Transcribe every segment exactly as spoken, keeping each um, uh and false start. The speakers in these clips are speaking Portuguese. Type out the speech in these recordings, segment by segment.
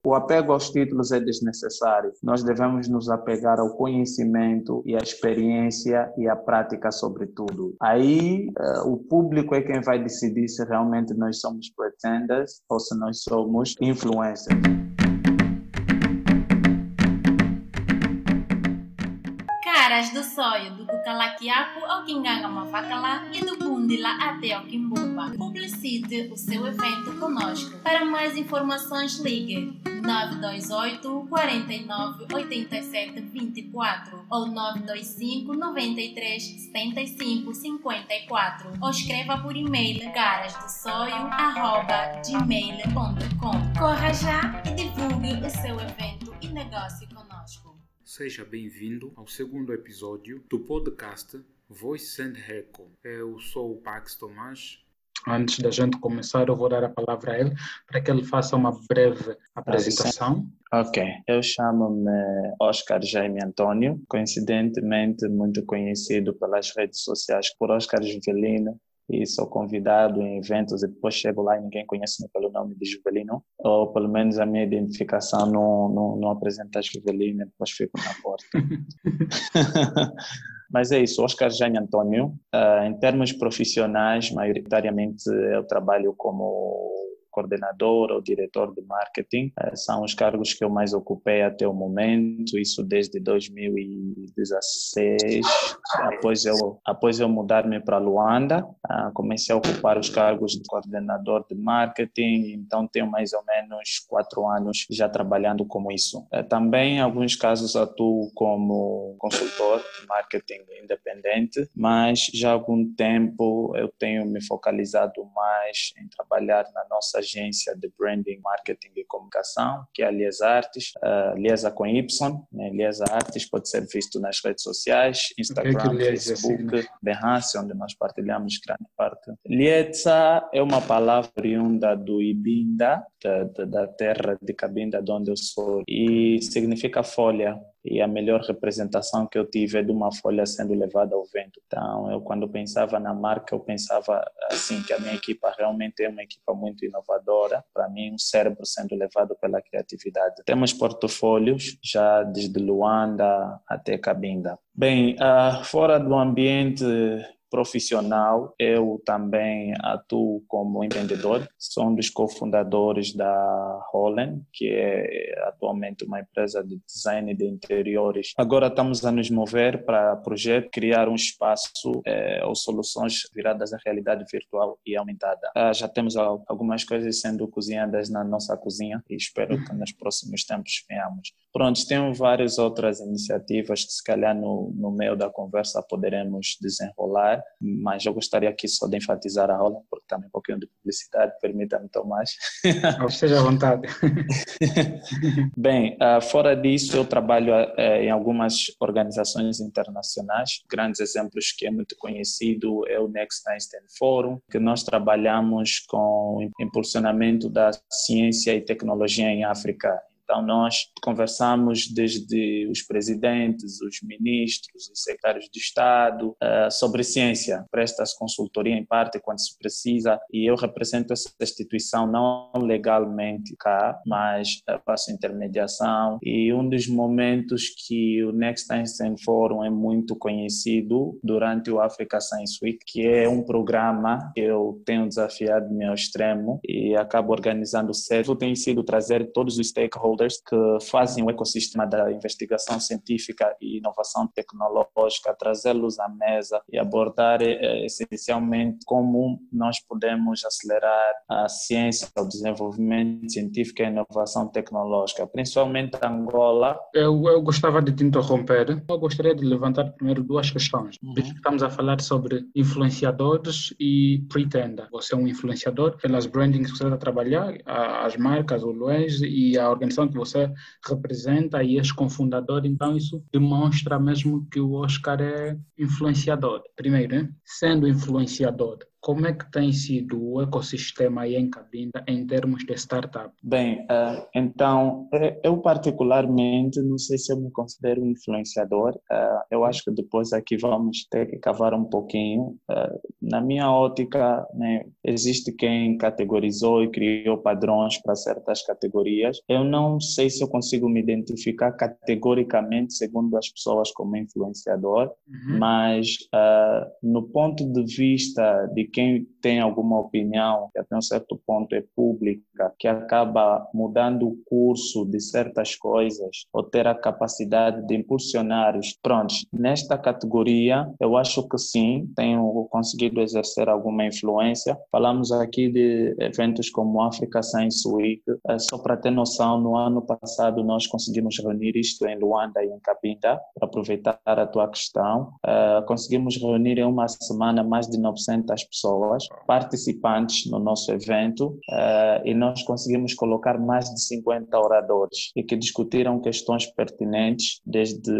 O apego aos títulos é desnecessário. Nós devemos nos apegar ao conhecimento e à experiência e à prática, sobretudo. Aí, uh, o público é quem vai decidir se realmente nós somos pretenders ou se nós somos influencers. Caras do sonho, do Cucalaquiaco ao Quingangamavacalá e do Bundila até ao Quimbumba. Publicite o seu evento conosco. Para mais informações, ligue nove dois oito, quatro nove, oito sete dois quatro ou nove dois cinco, nove três, sete cinco cinco quatro ou escreva por e-mail carasdossoio arroba gmail ponto com. Corra já e divulgue o seu evento e negocie conosco. Seja bem-vindo ao segundo episódio do podcast Voice and Echo. Eu sou o Pax Tomás. Antes da gente começar, eu vou dar a palavra a ele para que ele faça uma breve apresentação. Ok, eu chamo-me Oscar Jaime Antônio, coincidentemente muito conhecido pelas redes sociais por Oscar Juvelino, e sou convidado em eventos e depois chego lá e ninguém conhece-me pelo nome de Juvelino, ou pelo menos a minha identificação não, não, não apresenta Juvelino e depois fico na porta. Mas é isso, Oscar Jaime Antônio. Uh, em termos profissionais, maioritariamente eu trabalho como coordenador ou diretor de marketing. Uh, são os cargos que eu mais ocupei até o momento, isso desde dois mil e dezesseis, após eu, após eu mudar-me para Luanda. Uh, comecei a ocupar os cargos de coordenador de marketing, então tenho mais ou menos quatro anos já trabalhando com isso. Uh, também, em alguns casos, atuo como consultor de marketing independente, mas já há algum tempo eu tenho me focalizado mais em trabalhar na nossa agência de branding, marketing e comunicação, que é a Liesa Artes, uh, Liesa com Y, né? Liesa Artes pode ser visto nas redes sociais, Instagram, que Facebook, assim, Behance, onde nós partilhamos grande parte. Liesa é uma palavra oriunda do Ibinda, da, da, da terra de Cabinda, de onde eu sou, e significa folha. E a melhor representação que eu tive é de uma folha sendo levada ao vento. Então, eu quando pensava na marca, eu pensava assim, que a minha equipa realmente é uma equipa muito inovadora. Para mim, um cérebro sendo levado pela criatividade. Temos portfólios já desde Luanda até Cabinda. Bem, uh, fora do ambiente profissional, eu também atuo como empreendedor. Sou um dos cofundadores da Holland, que é atualmente uma empresa de design de interiores. Agora estamos a nos mover para o projeto criar um espaço é, ou soluções viradas à realidade virtual e aumentada. Ah, já temos algumas coisas sendo cozinhadas na nossa cozinha e espero que nos próximos tempos venhamos. Pronto, tenho várias outras iniciativas que se calhar no, no meio da conversa poderemos desenrolar, mas eu gostaria aqui só de enfatizar a Holland, porque também um pouquinho de publicidade, permita-me, Tomás. Esteja à vontade. Bem, uh, fora disso, eu trabalho uh, em algumas organizações internacionais. Grandes exemplos que é muito conhecido é o Next Einstein Forum, que nós trabalhamos com o impulsionamento da ciência e tecnologia em África. Então, nós conversamos desde os presidentes, os ministros, os secretários de Estado uh, sobre ciência. Presta-se consultoria em parte quando se precisa e eu represento essa instituição não legalmente cá, mas uh, faço intermediação. E um dos momentos que o Next Einstein Forum é muito conhecido durante o Africa Science Week, que é um programa que eu tenho desafiado-me ao extremo e acabo organizando cedo. Tem sido trazer todos os stakeholders que fazem o ecossistema da investigação científica e inovação tecnológica, trazê-los à mesa e abordar eh, essencialmente como nós podemos acelerar a ciência, o desenvolvimento científico e a inovação tecnológica, principalmente Angola. Eu, eu gostava de te interromper. Eu gostaria de levantar primeiro duas questões. Uhum. Estamos a falar sobre influenciadores e pretender. Você é um influenciador pelas brandings que você está a trabalhar, as marcas, o Luiz e a organização que você representa e és cofundador, então isso demonstra mesmo que o Oscar é influenciador. Primeiro, né? Sendo influenciador, Como é que tem sido o ecossistema aí em Cabinda em termos de startup? Bem, uh, então, eu particularmente, não sei se eu me considero um influenciador, uh, eu acho que depois aqui vamos ter que cavar um pouquinho. Uh, na minha ótica, né, existe quem categorizou e criou padrões para certas categorias. Eu não sei se eu consigo me identificar categoricamente, segundo as pessoas, como influenciador, uhum. mas uh, no ponto de vista de quem tem alguma opinião, que até um certo ponto é pública, que acaba mudando o curso de certas coisas ou ter a capacidade de impulsionar os prontos. Nesta categoria, eu acho que sim, tenho conseguido exercer alguma influência. Falamos aqui de eventos como o Africa Science Week. Só para ter noção, no ano passado nós conseguimos reunir isto em Luanda e em Cabinda, para aproveitar a tua questão. Uh, conseguimos reunir em uma semana mais de novecentas pessoas participantes no nosso evento uh, e nós conseguimos colocar mais de cinquenta oradores e que discutiram questões pertinentes desde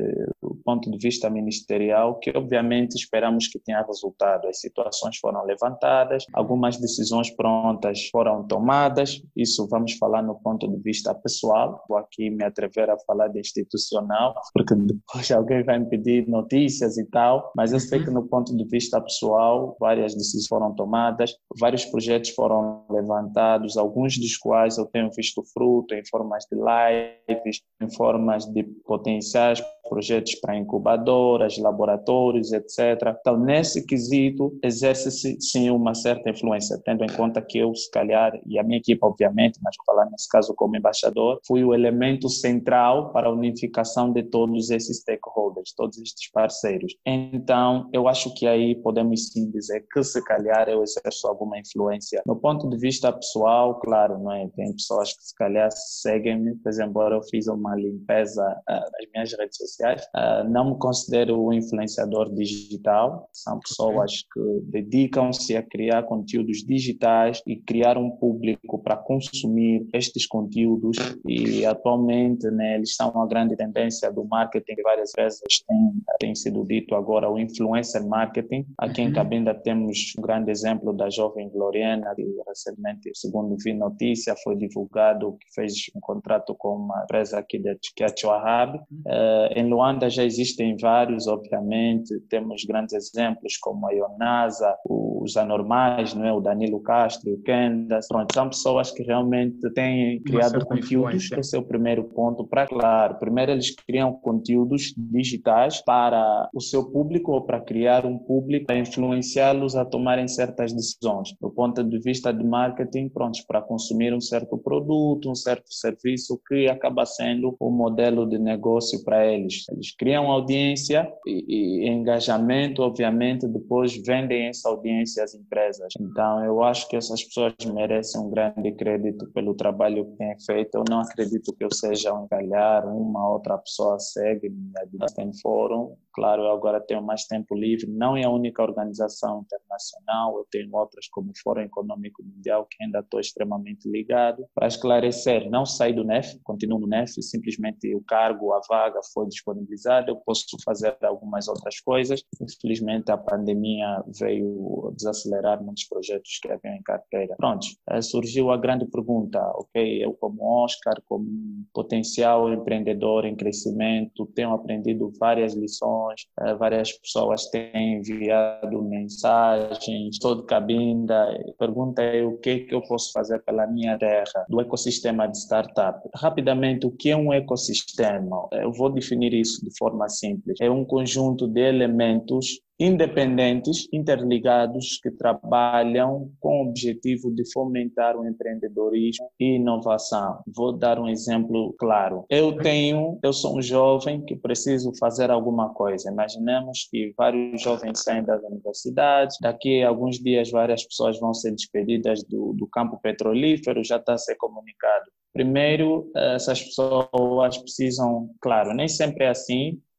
o ponto de vista ministerial, que obviamente esperamos que tenha resultado. As situações foram levantadas, algumas decisões prontas foram tomadas, isso vamos falar no ponto de vista pessoal, vou aqui me atrever a falar de institucional, porque depois alguém vai me pedir notícias e tal, mas eu sei que no ponto de vista pessoal, várias decisões foram tomadas, vários projetos foram levantados, alguns dos quais eu tenho visto fruto em formas de lives, em formas de potenciais projetos para incubadoras, laboratórios, etcétera. Então, nesse quesito, exerce-se sim uma certa influência, tendo em conta que eu, se calhar, e a minha equipe, obviamente, mas vou falar nesse caso como embaixador, fui o elemento central para a unificação de todos esses stakeholders, todos estes parceiros. Então, eu acho que aí podemos sim dizer que, se calhar, eu exerço alguma influência. No ponto de vista pessoal, claro, não é? Tem pessoas que, se calhar, seguem-me, por exemplo, eu fiz uma limpeza uh, nas minhas redes sociais. Uh, não me considero um influenciador digital, são pessoas que dedicam-se a criar conteúdos digitais e criar um público para consumir estes conteúdos e atualmente, né, eles são uma grande tendência do marketing, várias vezes tem, tem sido dito agora o influencer marketing. Aqui em Cabinda temos um grande exemplo da jovem Gloriana, que recentemente, segundo vi notícia, foi divulgado que fez um contrato com uma empresa aqui de Wahab. Uh, em Luanda já existem vários, obviamente, temos grandes exemplos como a Ionasa, os Anormais, não é? O Danilo Castro, o Kendas, pronto, são pessoas que realmente têm criado conteúdos, influência. Esse é o primeiro ponto, para claro, primeiro eles criam conteúdos digitais para o seu público ou para criar um público, para influenciá-los a tomarem certas decisões, do ponto de vista de marketing, pronto, para consumir um certo produto, um certo serviço que acaba sendo o modelo de negócio para eles. Eles criam audiência e, e engajamento, obviamente, depois vendem essa audiência às empresas. Então, eu acho que essas pessoas merecem um grande crédito pelo trabalho que têm feito. Eu não acredito que eu seja um calhar, uma outra pessoa segue-me, tem fórum. Claro, eu agora tenho mais tempo livre, não é a única organização internacional, eu tenho outras como o Fórum Econômico Mundial, que ainda estou extremamente ligado. Para esclarecer, não saí do N E F, continuo no N E F, simplesmente o cargo, a vaga foi disponibilizada, eu posso fazer algumas outras coisas. Infelizmente, a pandemia veio desacelerar muitos projetos que haviam em carteira. Pronto, surgiu a grande pergunta, ok, eu como Oscar, como um potencial empreendedor em crescimento, tenho aprendido várias lições, várias pessoas têm enviado mensagens, estou de Cabinda, pergunta é o que, que eu posso fazer pela minha terra, do ecossistema de startup. Rapidamente, o que é um ecossistema? Eu vou definir isso de forma simples. É um conjunto de elementos independentes, interligados, que trabalham com o objetivo de fomentar o empreendedorismo e inovação. Vou dar um exemplo claro. Eu tenho, eu sou um jovem que preciso fazer alguma coisa. Imaginemos que vários jovens saem das universidades, daqui a alguns dias várias pessoas vão ser despedidas do, do campo petrolífero, já está a ser comunicado. Primeiro, essas pessoas precisam, claro, nem sempre é assim,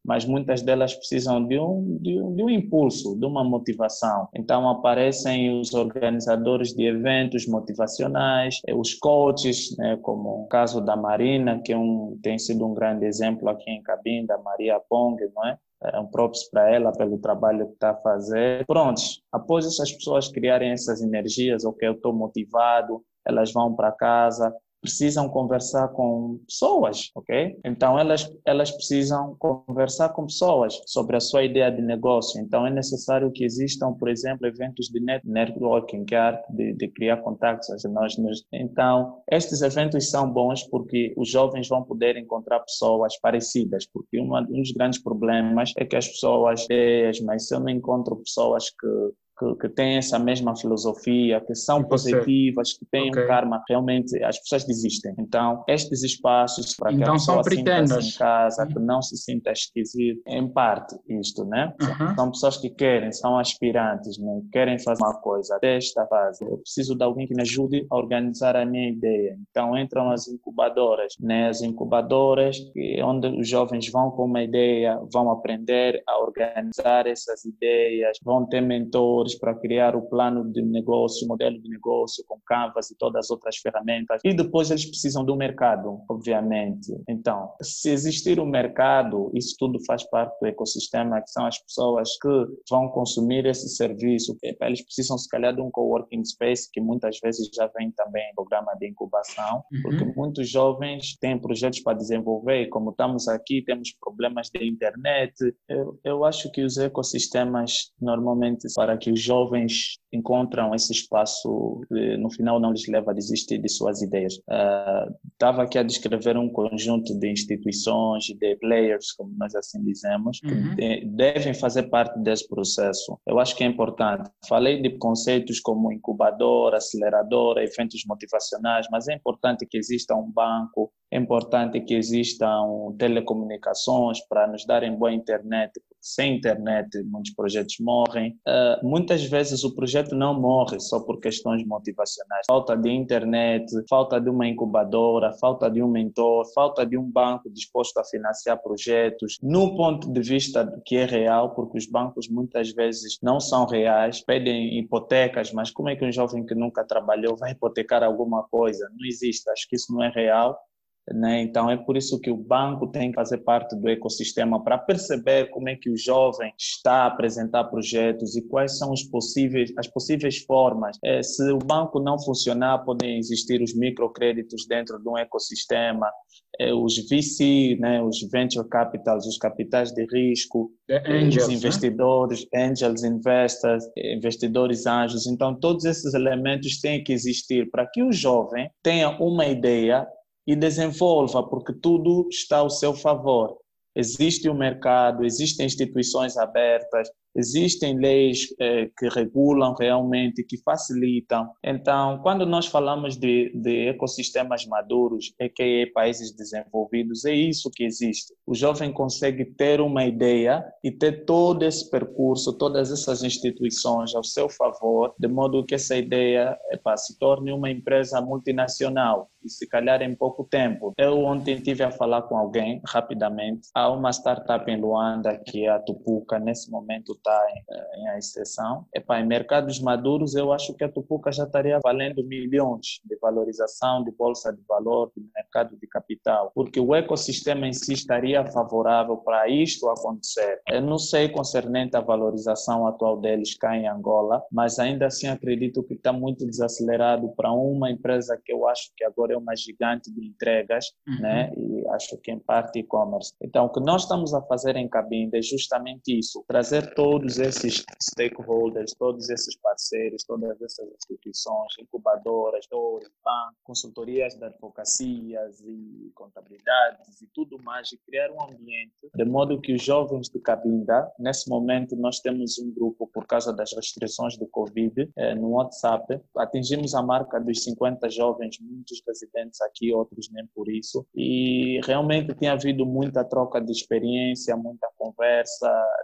mas muitas delas precisam de um, de um, de um impulso, de uma motivação. Então aparecem os organizadores de eventos motivacionais, os coaches, né, como o caso da Marina, que é um, tem sido um grande exemplo aqui em Cabinda, Maria Pong, não é? Um props para ela pelo trabalho que está a fazer. Prontos, após essas pessoas criarem essas energias, ok, eu estou motivado, elas vão para casa, precisam conversar com pessoas, ok? Então, elas, elas precisam conversar com pessoas sobre a sua ideia de negócio. Então, é necessário que existam, por exemplo, eventos de net, networking, que é a arte de, de criar contactos. Nós, nós, então, estes eventos são bons porque os jovens vão poder encontrar pessoas parecidas, porque uma, um dos grandes problemas é que as pessoas, mas se eu não encontro pessoas que Que, que têm essa mesma filosofia, que são positivas, que têm okay. um karma, realmente as pessoas desistem. Então, estes espaços para então, que a pessoa sinta-se em casa, uhum. que não se sinta esquisito, em parte isto, né? Uhum. São pessoas que querem, são aspirantes, né? Querem fazer uma coisa até esta fase. Eu preciso de alguém que me ajude a organizar a minha ideia. Então, entram as incubadoras, né? As incubadoras, onde os jovens vão com uma ideia, vão aprender a organizar essas ideias, vão ter mentores para criar o plano de negócio, o modelo de negócio com Canvas e todas as outras ferramentas. E depois eles precisam do mercado, obviamente. Então, se existir um mercado, isso tudo faz parte do ecossistema, que são as pessoas que vão consumir esse serviço. Eles precisam, se calhar, de um coworking space, que muitas vezes já vem também em programa de incubação, uhum. porque muitos jovens têm projetos para desenvolver, e como estamos aqui, temos problemas de internet. Eu, eu acho que os ecossistemas, normalmente, para que os jovens encontram esse espaço, no final não lhes leva a desistir de suas ideias. Uh, estava aqui a descrever um conjunto de instituições, de players, como nós assim dizemos, uhum. que de, devem fazer parte desse processo. Eu acho que é importante. Falei de conceitos como incubadora, aceleradora, eventos motivacionais, mas é importante que exista um banco, é importante que existam telecomunicações para nos darem boa internet, porque sem internet muitos projetos morrem. Uh, muitas vezes o projeto não morre só por questões motivacionais. Falta de internet, falta de uma incubadora, falta de um mentor, falta de um banco disposto a financiar projetos, no ponto de vista do que é real, porque os bancos muitas vezes não são reais, pedem hipotecas, mas como é que um jovem que nunca trabalhou vai hipotecar alguma coisa? Não existe, acho que isso não é real. Né? Então, é por isso que o banco tem que fazer parte do ecossistema para perceber como é que o jovem está a apresentar projetos e quais são os possíveis, as possíveis formas. É, se o banco não funcionar, podem existir os microcréditos dentro de um ecossistema, é, os V C, né? Os Venture Capitals, os capitais de risco, angels, os investidores, né? Angels Investors, investidores anjos. Então, todos esses elementos têm que existir para que o jovem tenha uma ideia e desenvolva, porque tudo está ao seu favor. Existe o mercado, existem instituições abertas, existem leis eh, que regulam realmente, que facilitam. Então, quando nós falamos de, de ecossistemas maduros, a k a países desenvolvidos, é isso que existe. O jovem consegue ter uma ideia e ter todo esse percurso, todas essas instituições ao seu favor, de modo que essa ideia epa, se torne uma empresa multinacional. E se calhar em pouco tempo. Eu ontem estive a falar com alguém, rapidamente. Há uma startup em Luanda, que é a Tupuca, nesse momento está em, em exceção. Epa, em mercados maduros, eu acho que a Tupuca já estaria valendo milhões de valorização, de bolsa de valor, de mercado de capital, porque o ecossistema em si estaria favorável para isto acontecer. Eu não sei concernente à valorização atual deles cá em Angola, mas ainda assim acredito que está muito desacelerado para uma empresa que eu acho que agora é uma gigante de entregas, uhum. né? E acho que em parte e-commerce. Então, o que nós estamos a fazer em Cabinda é justamente isso, trazer todos esses stakeholders, todos esses parceiros, todas essas instituições, incubadoras, bancos, consultorias de advocacias e contabilidades e tudo mais, e criar um ambiente de modo que os jovens de Cabinda, nesse momento nós temos um grupo, por causa das restrições do Covid, eh, no WhatsApp, atingimos a marca dos cinquenta jovens, muitos residentes aqui, outros nem por isso, e realmente tem havido muita troca de experiência, muita conversa,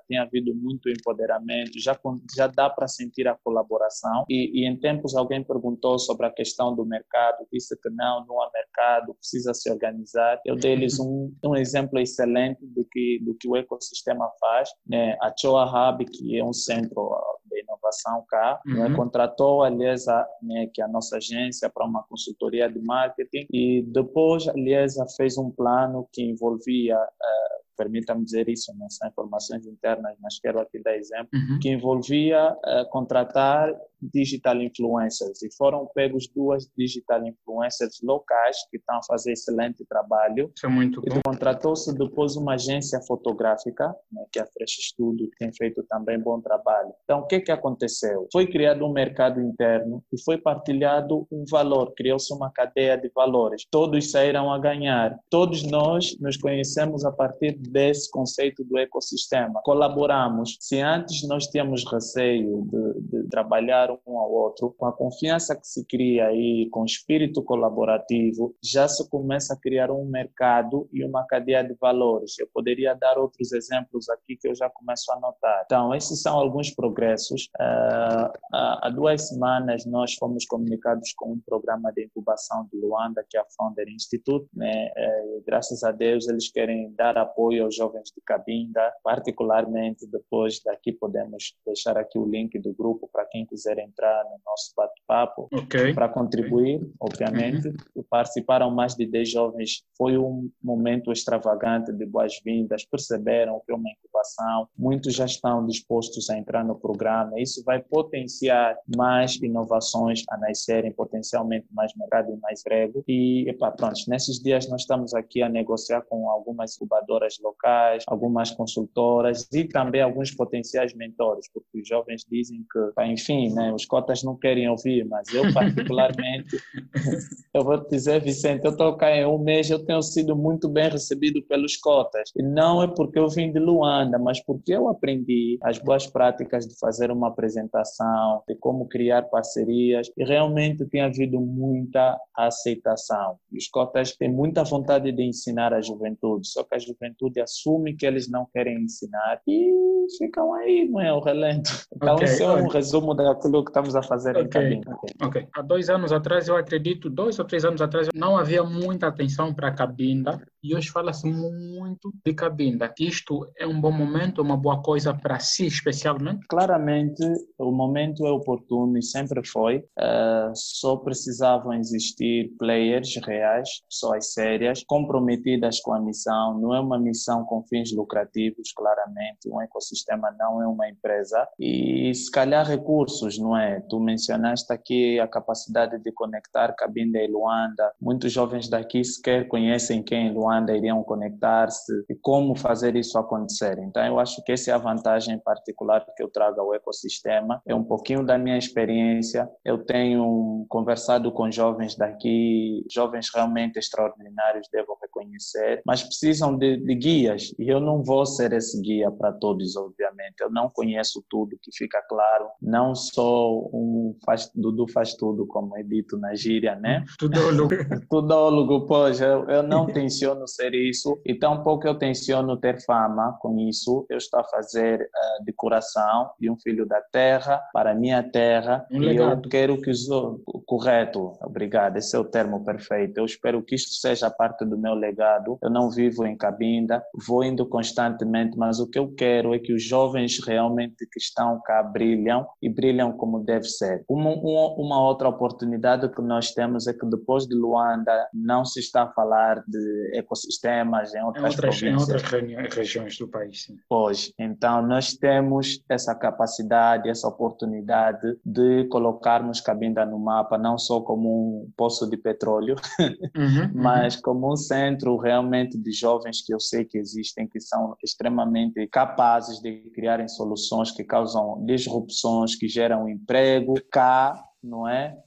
tem havido muito empoderamento, já, já dá para sentir a colaboração. E, e em tempos alguém perguntou sobre a questão do mercado, disse que não, não há mercado, precisa se organizar. Eu dei-lhes um, um exemplo excelente do que, do que o ecossistema faz, né? A Choa Hub, que é um centro de inovação cá, uhum. né? Contratou a Liesa, né, que é a nossa agência, para uma consultoria de marketing, e depois a Liesa fez um plano que envolvia, uh, permita-me dizer isso, não são informações internas, mas quero aqui dar exemplo, uhum. que envolvia uh, contratar digital influencers, e foram pegos duas digital influencers locais que estão a fazer excelente trabalho. Isso é muito bom. E contratou-se depois uma agência fotográfica, né, que é a Fresh Studio, que tem feito também bom trabalho. Então, o que que aconteceu? Foi criado um mercado interno e foi partilhado um valor, criou-se uma cadeia de valores. Todos saíram a ganhar. Todos nós nos conhecemos a partir desse conceito do ecossistema. Colaboramos. Se antes nós tínhamos receio de, de trabalhar um ao outro, com a confiança que se cria aí, com o espírito colaborativo, já se começa a criar um mercado e uma cadeia de valores. Eu poderia dar outros exemplos aqui que eu já começo a notar. Então, esses são alguns progressos. Uh, há duas semanas nós fomos comunicados com um programa de incubação de Luanda, que é a Founder Institute, né? Uh, graças a Deus eles querem dar apoio aos jovens de Cabinda, particularmente depois daqui podemos deixar aqui o link do grupo para quem quiser entrar no nosso bate-papo, okay. para contribuir, okay. obviamente. Uhum. Participaram mais de dez jovens, foi um momento extravagante de boas-vindas, perceberam que é uma incubação, muitos já estão dispostos a entrar no programa, isso vai potenciar mais inovações a nascerem, potencialmente mais mercado e mais emprego. E, epá, pronto, nesses dias nós estamos aqui a negociar com algumas incubadoras locais, algumas consultoras e também alguns potenciais mentores, porque os jovens dizem que, enfim, né, os cotas não querem ouvir, mas eu particularmente, eu vou te dizer, Vicente, eu estou cá em um mês, eu tenho sido muito bem recebido pelos cotas, e não é porque eu vim de Luanda, mas porque eu aprendi as boas práticas de fazer uma apresentação, de como criar parcerias, e realmente tem havido muita aceitação. E os cotas têm muita vontade de ensinar a juventude, só que a juventude assume que eles não querem ensinar e ficam aí, não é? O relento. Então, okay, esse é um okay. resumo daquilo que estamos a fazer okay. em Cabinda. Okay. ok. Há dois anos atrás, eu acredito, dois ou três anos atrás, não havia muita atenção para Cabinda e hoje fala-se muito de Cabinda. Isto é um bom momento, uma boa coisa para si, especialmente? Claramente, o momento é oportuno e sempre foi. Uh, só precisavam existir players reais, pessoas sérias, comprometidas com a missão. Não é uma missão com fins lucrativos, claramente. Um ecossistema não é uma empresa. E se calhar recursos, não é? Tu mencionaste aqui a capacidade de conectar Cabinda e Luanda. Muitos jovens daqui sequer conhecem quem em Luanda iriam conectar-se e como fazer isso acontecer. Então, eu acho que essa é a vantagem particular que eu trago ao ecossistema. É um pouquinho da minha experiência. Eu tenho conversado com jovens daqui, jovens realmente extraordinários, devo reconhecer, mas precisam de, de guias e eu não vou ser esse guia para todos, obviamente. Eu não conheço tudo, que fica claro. Não sou um faz, Dudu faz tudo, como é dito na gíria, né? Tudólogo. Tudólogo, pois, eu, eu não tenciono ser isso e tampouco eu tenciono ter fama com isso. Eu estou a fazer uh, de coração de um filho da terra para a minha terra um e legado. Eu quero que os... Correto, obrigado, esse é o termo perfeito. Eu espero que isto seja parte do meu legado. Eu não vivo em Cabinda, vou indo constantemente, mas o que eu quero é que os jovens realmente que estão cá brilham e brilham como deve ser. Uma, uma, uma outra oportunidade que nós temos é que depois de Luanda não se está a falar de ecossistemas em outras, em outras províncias. Em outras regiões do país, sim. Pois, então nós temos essa capacidade, essa oportunidade de colocarmos Cabinda no mapa, não só como um poço de petróleo, uhum, mas uhum. como um centro realmente de jovens que eu sei que existem, que são extremamente capazes de criarem soluções que causam disrupções, que geram emprego cá, não é?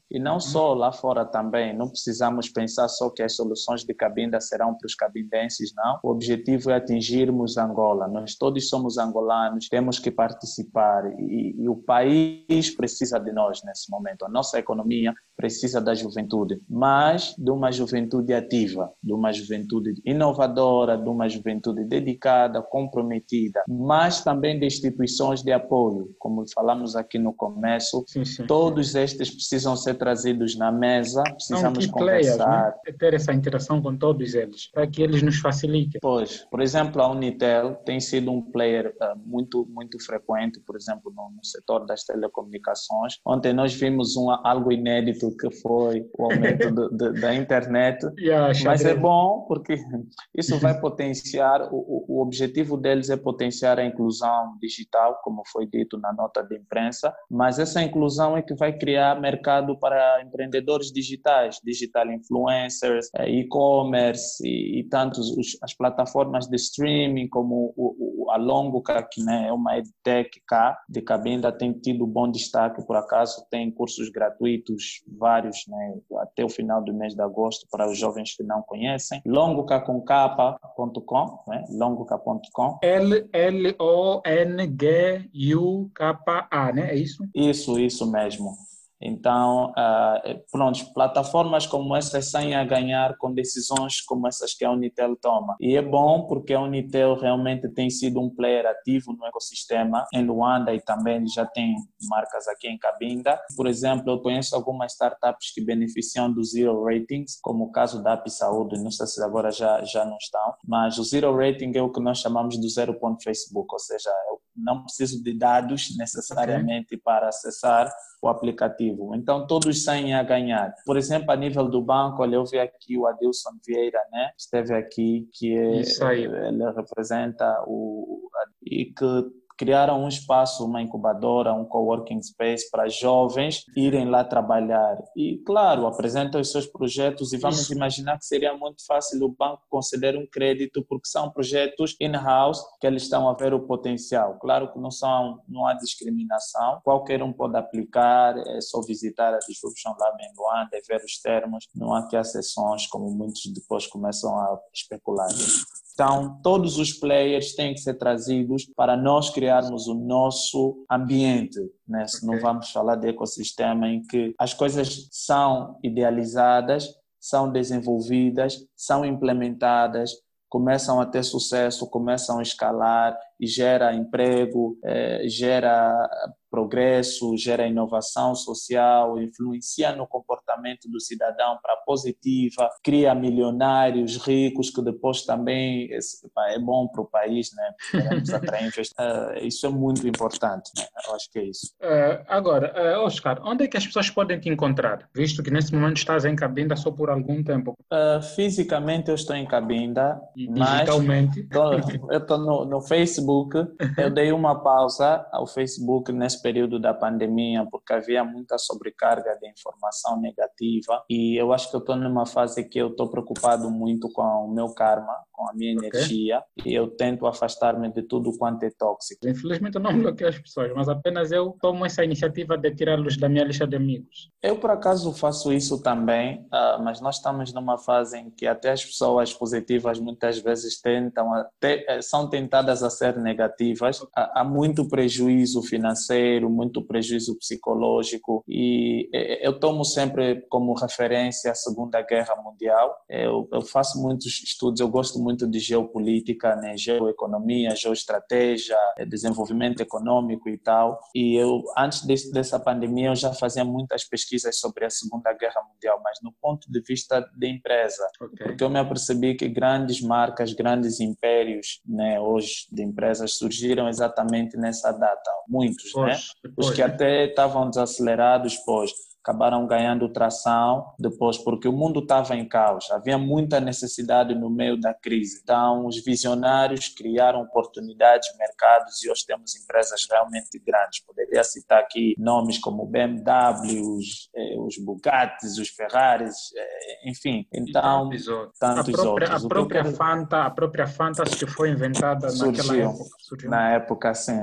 E não só lá fora também, não precisamos pensar só que as soluções de Cabinda serão para os cabindenses, não. O objetivo é atingirmos Angola. Nós todos somos angolanos, temos que participar e, e o país precisa de nós nesse momento. A nossa economia precisa da juventude, mas de uma juventude ativa, de uma juventude inovadora, de uma juventude dedicada, comprometida, mas também de instituições de apoio, como falamos aqui no começo. Sim, sim. Todos estes precisam ser trazidos na mesa, precisamos São key players, conversar. né? Ter essa interação com todos eles, para que eles nos facilitem. Pois, por exemplo, a Unitel tem sido um player uh, muito, muito frequente, por exemplo, no, no setor das telecomunicações. Ontem nós vimos um, algo inédito que foi o aumento de, de, da internet, Yeah, mas é xadrez. bom porque isso vai potenciar, o, o objetivo deles é potenciar a inclusão digital, como foi dito na nota de imprensa, mas essa inclusão é que vai criar mercado para empreendedores digitais, digital influencers, eh, e-commerce e, e tantos, os, as plataformas de streaming como o, o, a Longoca, que, né, é uma edtech cá de Cabinda, tem tido bom destaque, por acaso tem cursos gratuitos, vários, né, até o final do mês de agosto para os jovens que não conhecem. longoca com capa ponto com, né? longoca ponto com. L L O N G U K A, né? É isso? Isso, isso mesmo. Então, uh, pronto, plataformas como essas saem a ganhar com decisões como essas que a Unitel toma. E é bom porque a Unitel realmente tem sido um player ativo no ecossistema em Luanda e também já tem marcas aqui em Cabinda. Por exemplo, eu conheço algumas startups que beneficiam do Zero Ratings, como o caso da App Saúde, não sei se agora já, já não estão, mas o Zero Rating é o que nós chamamos do zero ponto Facebook, ou seja, eu não preciso de dados necessariamente okay. para acessar o aplicativo. Então, todos saem a ganhar. Por exemplo, a nível do banco, olha, eu vi aqui o Adilson Vieira, né? Esteve aqui, que é, Isso aí. ele representa o... e que criaram um espaço, uma incubadora, um coworking space para jovens irem lá trabalhar. E, claro, apresentam os seus projetos e vamos Isso. imaginar que seria muito fácil o banco conceder um crédito porque são projetos in-house que eles estão a ver o potencial. Claro que não, são, não há discriminação, qualquer um pode aplicar, é só visitar a Disruption Lab em Luanda e ver os termos, não há que exceções como muitos depois começam a especular. Então, todos os players têm que ser trazidos para nós criarmos o nosso ambiente, né? Okay. Não vamos falar de ecossistema em que as coisas são idealizadas, são desenvolvidas, são implementadas, começam a ter sucesso, começam a escalar e gera emprego, eh, gera progresso, gera inovação social, influencia no comportamento do cidadão para positiva, cria milionários ricos que depois também é bom para o país, né? Queremos atrair investidores. Isso é muito importante, né? Eu acho que é isso. Uh, agora, uh, Oscar, onde é que as pessoas podem te encontrar? Visto que nesse momento estás em Cabinda só por algum tempo. Uh, fisicamente eu estou em Cabinda, e mas digitalmente? Tô, eu estou no, no Facebook. Eu dei uma pausa ao Facebook nesse período da pandemia porque havia muita sobrecarga de informação negativa e eu acho que eu estou numa fase que eu estou preocupado muito com o meu karma, com a minha okay. energia e eu tento afastar-me de tudo quanto é tóxico. Infelizmente eu não bloqueio as pessoas, mas apenas eu tomo essa iniciativa de tirá-los da minha lista de amigos. Eu por acaso faço isso também, uh, mas nós estamos numa fase em que até as pessoas positivas muitas vezes tentam, até, são tentadas a ser negativas. Há, há muito prejuízo financeiro, muito prejuízo psicológico e eu tomo sempre como referência a Segunda Guerra Mundial. Eu, eu faço muitos estudos, eu gosto muito de geopolítica, né? Geoeconomia, geoestratégia, desenvolvimento econômico e tal. E eu, antes desse, dessa pandemia, eu já fazia muitas pesquisas sobre a Segunda Guerra Mundial, mas no ponto de vista de empresa. Okay. Porque eu me apercebi que grandes marcas, grandes impérios, né, hoje de empresas surgiram exatamente nessa data. Muitos, pois, né? Pois, Os que né? até estavam desacelerados, pois, acabaram ganhando tração depois, porque o mundo estava em caos, havia muita necessidade no meio da crise. Então, os visionários criaram oportunidades, mercados e hoje temos empresas realmente grandes. Poderia citar aqui nomes como o B M W, os, eh, os Bugattis, os Ferraris, eh, enfim. Então, tantos a própria, outros. A própria, quero... Fanta, a própria Fanta que foi inventada surgiu, naquela época. Surgiu. Na época, sim.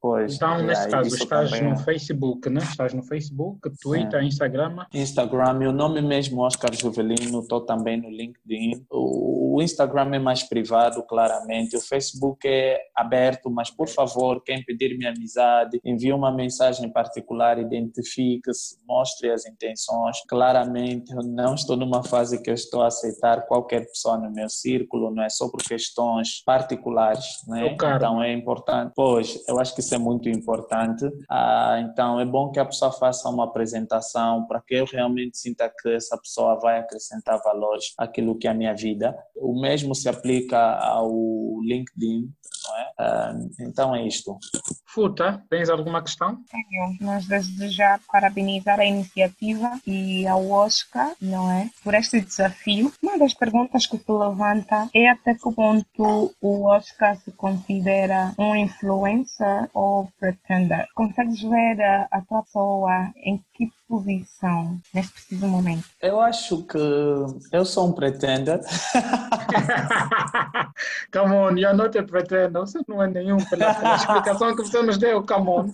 Pois, Então, e nesse aí, caso, isso estás também no é. Facebook, né? Estás no Facebook, Twitter, Sim. Instagram. Instagram, meu nome mesmo, Oscar Juvelino, estou também no LinkedIn. O o Instagram é mais privado, claramente. O Facebook é aberto, mas, por favor, quem pedir minha amizade, envie uma mensagem particular, identifique-se, mostre as intenções. Claramente, eu não estou numa fase que eu estou a aceitar qualquer pessoa no meu círculo, não é só por questões particulares, É o né? Então, karma. é importante. Pois, eu acho que isso é muito importante. Ah, então, é bom que a pessoa faça uma apresentação para que eu realmente sinta que essa pessoa vai acrescentar valores àquilo que é a minha vida. O mesmo se aplica ao LinkedIn, não é? Ah, então, é isto. Futa, tens alguma questão? Tenho, mas desde já parabenizar a iniciativa e ao Oscar, não é? Por este desafio. Uma das perguntas que se levanta é até que ponto o Oscar se considera um influencer ou pretender. Consegues ver a, a tua pessoa em que posição neste preciso momento? Eu acho que eu sou um pretender. Come on, you're not a pretender. Você não é nenhum pela, pela explicação que você nos deu. Come on.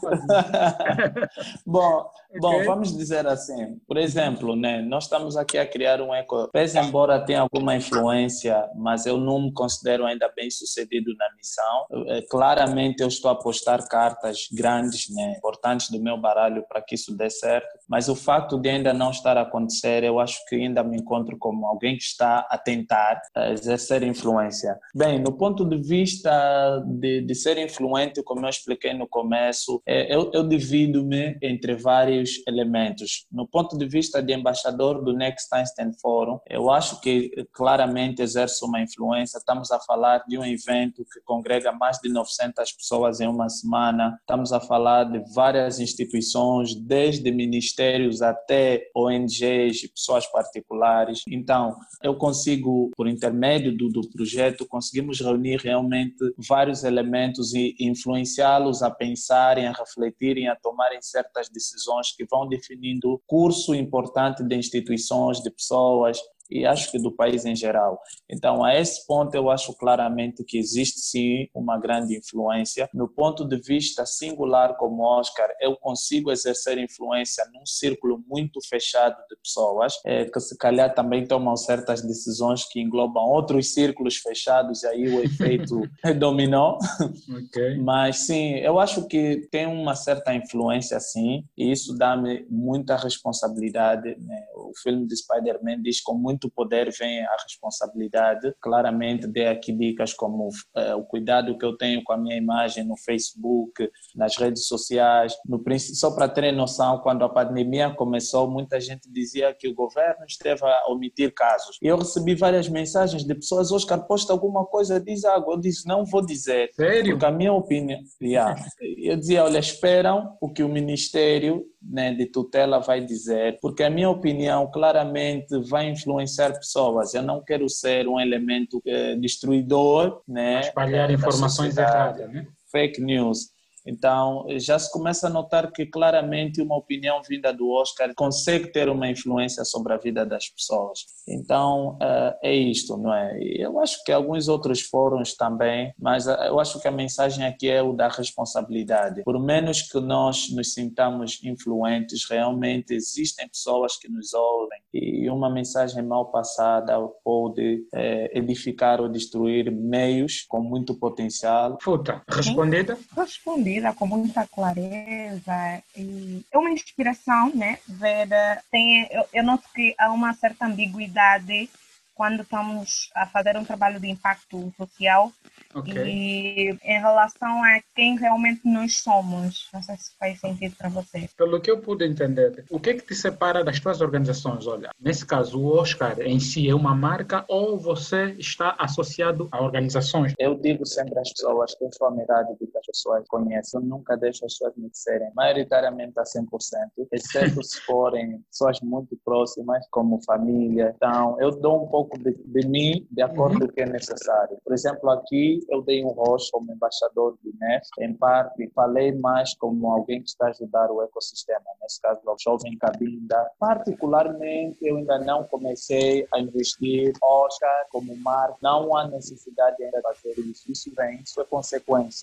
Bom, bom, Ok? vamos dizer assim, por exemplo, né, nós estamos aqui a criar um eco, pese embora tenha alguma influência, mas eu não me considero ainda bem sucedido na missão. Eh, Claramente eu estou a apostar cartas grandes, né, importantes do meu baralho para que isso dê certo, mas o facto de ainda não estar a acontecer, eu acho que ainda me encontro como alguém que está a tentar eh, exercer influência. Bem, no ponto de vista de, de ser influente, como eu expliquei no começo, eh, eu, eu divido-me entre vários elementos. No ponto de vista de embaixador do Next Einstein Forum, eu acho que claramente exerce uma influência. Estamos a falar de um evento que congrega mais de novecentas pessoas em uma semana. Estamos a falar de várias instituições, desde ministérios até O N Gs e pessoas particulares. Então, eu consigo, por intermédio do, do projeto, conseguimos reunir realmente vários elementos e influenciá-los a pensarem, a refletirem, a tomarem certas decisões que vão definindo o curso importante de instituições, de pessoas, e acho que do país em geral. Então, a esse ponto, eu acho claramente que existe sim uma grande influência. No ponto de vista singular como Oscar, eu consigo exercer influência num círculo muito fechado de pessoas, é, que se calhar também tomam certas decisões que englobam outros círculos fechados, e aí o efeito dominó. Ok. Mas sim, eu acho que tem uma certa influência sim, e isso dá-me muita responsabilidade, né? O filme de Spider-Man diz: com muito poder vem a responsabilidade. Claramente dei aqui dicas como uh, o cuidado que eu tenho com a minha imagem no Facebook, nas redes sociais. No princípio, só para terem noção, quando a pandemia começou, muita gente dizia que o governo esteve a omitir casos. E eu recebi várias mensagens de pessoas: Oscar, posta alguma coisa, diz algo. Eu disse: não vou dizer. Sério? Porque a minha opinião... Yeah. Eu dizia: olha, esperam o que o Ministério, né, de tutela vai dizer, porque a minha opinião claramente vai influenciar pessoas. Eu não quero ser um elemento eh, destruidor, né, Espalhar eh, da informações sociedade, erradas, né? fake news. Então, já se começa a notar que claramente uma opinião vinda do Oscar consegue ter uma influência sobre a vida das pessoas. Então, é isto, não é? Eu acho que alguns outros fóruns também, mas eu acho que a mensagem aqui é o da responsabilidade. Por menos que nós nos sintamos influentes, realmente existem pessoas que nos ouvem, e uma mensagem mal passada pode é, edificar ou destruir meios com muito potencial. Futa, respondida? Respondida com muita clareza, e é uma inspiração, né? Ver, tem, eu, eu noto que há uma certa ambiguidade quando estamos a fazer um trabalho de impacto social. Okay. E em relação a quem realmente nós somos. Não sei se faz sentido para você. Pelo que eu pude entender, o que é que te separa das tuas organizações? Olha, nesse caso, o Oscar em si é uma marca ou você está associado a organizações? Eu digo sempre às pessoas que eu sou a metade do que as pessoas conhecem. Eu nunca deixo as pessoas me disserem maioritariamente a cem por cento, exceto se forem pessoas muito próximas, como família. Então, eu dou um pouco de, de mim de acordo uhum. com o que é necessário. Por exemplo, aqui eu dei um rosto como embaixador do N E F, em parte, e falei mais como alguém que está a ajudar o ecossistema, nesse caso, o Jovem Cabinda. Particularmente, eu ainda não comecei a investir Oscar como marca, não há necessidade ainda de fazer isso, isso vem, isso é consequência.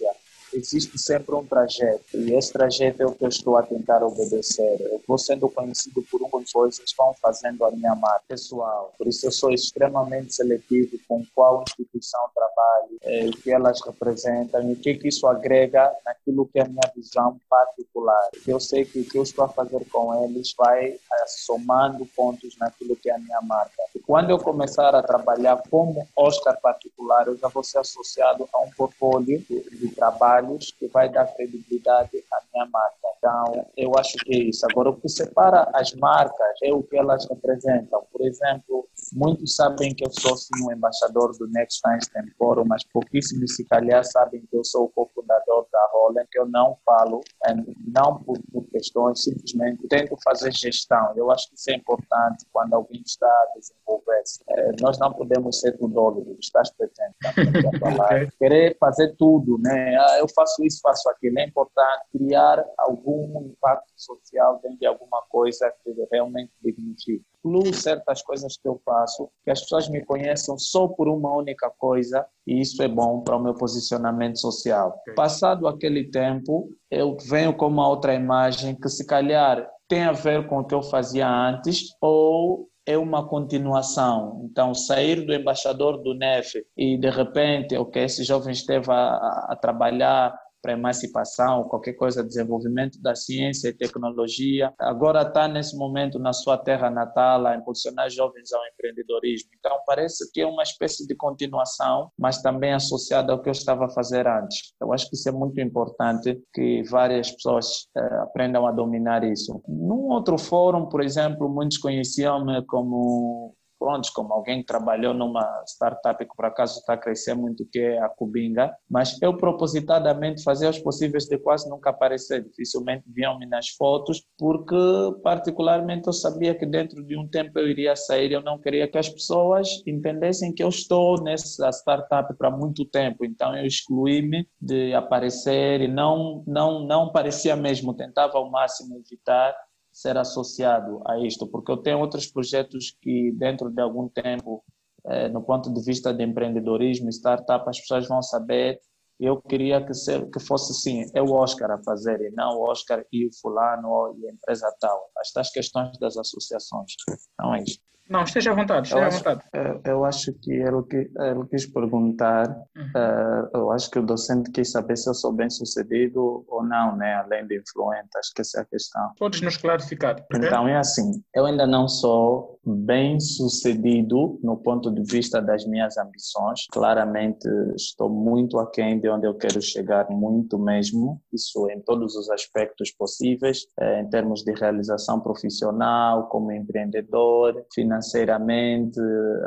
existe sempre um trajeto e esse trajeto é o que eu estou a tentar obedecer. Eu vou sendo conhecido por umas coisas que vão fazendo a minha marca pessoal. Por isso eu sou extremamente seletivo com qual instituição trabalho, é, o que elas representam e o que, que isso agrega naquilo que é a minha visão particular. Eu sei que o que eu estou a fazer com eles vai é, somando pontos naquilo que é a minha marca. E quando eu começar a trabalhar como Oscar particular, eu já vou ser associado a um portfólio de, de trabalhos que vai dar credibilidade à minha marca. Então, eu acho que é isso. Agora, o que separa as marcas é o que elas representam. Por exemplo, muitos sabem que eu sou sim um embaixador do Next Einstein Forum, mas pouquíssimos, se calhar, sabem que eu sou o cofundador da Holland, que eu não falo, não por, por questões, simplesmente tento fazer gestão. Eu acho que isso é importante quando alguém está a desenvolver-se. É, nós não podemos ser tudólogos, estás presente, a falar. Okay. Querer fazer tudo, né? Ah, eu faço isso, faço aquilo. É importante criar algum impacto social dentro de alguma coisa que realmente dignifique. Incluo certas coisas que eu faço, que as pessoas me conheçam só por uma única coisa, e isso é bom para o meu posicionamento social. Okay. Passado aquele tempo, eu venho com uma outra imagem que se calhar tem a ver com o que eu fazia antes, ou é uma continuação. Então, sair do embaixador do N E F e, de repente, ok, esse jovem esteve a, a, a trabalhar para emancipação, qualquer coisa, desenvolvimento da ciência e tecnologia. Agora está nesse momento na sua terra natal a impulsionar jovens ao empreendedorismo. Então parece que é uma espécie de continuação, mas também associada ao que eu estava a fazer antes. Eu acho que isso é muito importante, que várias pessoas eh, aprendam a dominar isso. Num outro fórum, por exemplo, muitos conheciam-me como... Pronto, como alguém que trabalhou numa startup que por acaso está a crescer muito, que é a Cubinga, mas eu propositadamente fazia os possíveis de quase nunca aparecer, dificilmente viam-me nas fotos, porque particularmente eu sabia que dentro de um tempo eu iria sair, eu não queria que as pessoas entendessem que eu estou nessa startup para muito tempo, então eu excluí-me de aparecer e não, não, não parecia mesmo, tentava ao máximo evitar ser associado a isto, porque eu tenho outros projetos que dentro de algum tempo, eh, no ponto de vista de empreendedorismo e startup, as pessoas vão saber. Eu queria que, ser, que fosse assim, é o Oscar a fazer e não o Oscar e o fulano ou a empresa tal. Estas questões das associações, não é isso. Não, esteja à vontade, esteja eu à acho, vontade. Eu, eu acho que ele, que ele quis perguntar, uhum. uh, eu acho que o docente quis saber se eu sou bem sucedido ou não, né? Além de influente, acho que essa é a questão. Podes nos clarificar? Então okay? É assim, eu ainda não sou bem sucedido no ponto de vista das minhas ambições, claramente estou muito aquém de onde eu quero chegar, muito mesmo, isso em todos os aspectos possíveis, eh, em termos de realização profissional, como empreendedor, financeiramente,